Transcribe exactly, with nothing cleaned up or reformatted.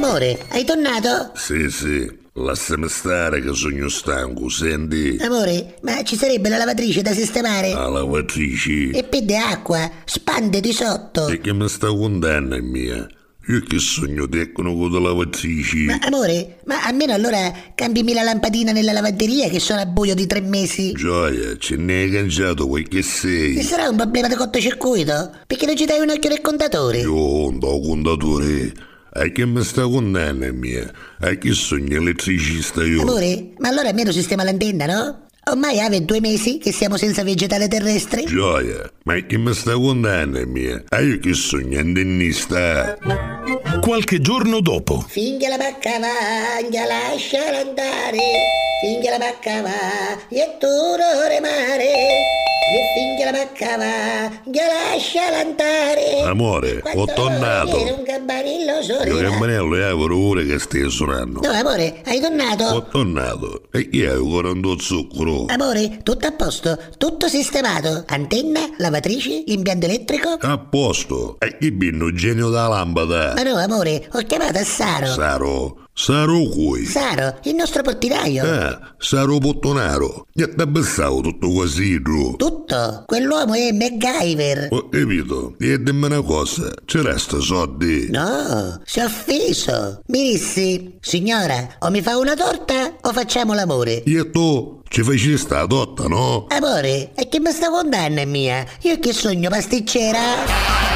Amore, hai tornato? Sì, sì, lasciami stare che sogno stanco, senti? Amore, ma ci sarebbe la lavatrice da sistemare? La lavatrice? E pede acqua, spande di sotto. E che mi sta contando, mia? Io che sogno tecnico di lavatrice? Ma amore, ma almeno allora cambimi la lampadina nella lavanderia che sono a buio di tre mesi. Gioia, ce ne hai cangiato quel che sei. E sarà un problema di cortocircuito? Perché non ci dai un occhio nel contatore? Io non do contatore. E che mi sta contando, mia? E che sogno elettricista io? Amore, ma allora almeno sistema l'antenna, no? Ormai ave due mesi che siamo senza vegetale terrestre? Gioia, ma che mi sta contando, mia? E io che sogno antennista? Qualche giorno dopo. Finché la bacca va, lasciala andare. Finché la bacca va, e tu non remare. E finché la bacca va, lasciala andare. Amore, ho tornato. Era un campanello Il sorella. campanello è ore che stai suonando. No, amore, hai tornato? Ho tornato. E chi hai ancora un zucchero? Amore, tutto a posto, tutto sistemato. Antenna, lavatrice, impianto elettrico. A posto. E chi binno genio da lampada? Ma no, amore, ho chiamato a Saro. Saro. Saro qui. Saro, il nostro portinaio. Ah, Saro Pottonaro. Gli ha pensavo tutto così, tu. Tutto. Quell'uomo è MacGyver. Ho capito. E dimmi una cosa. Ci resta soldi? No, si è offeso. Mi dissi, signora, o mi fa una torta o facciamo l'amore. E tu ci fai sta torta, no? Amore, è che mi sta contando mia. Io che sogno pasticcera.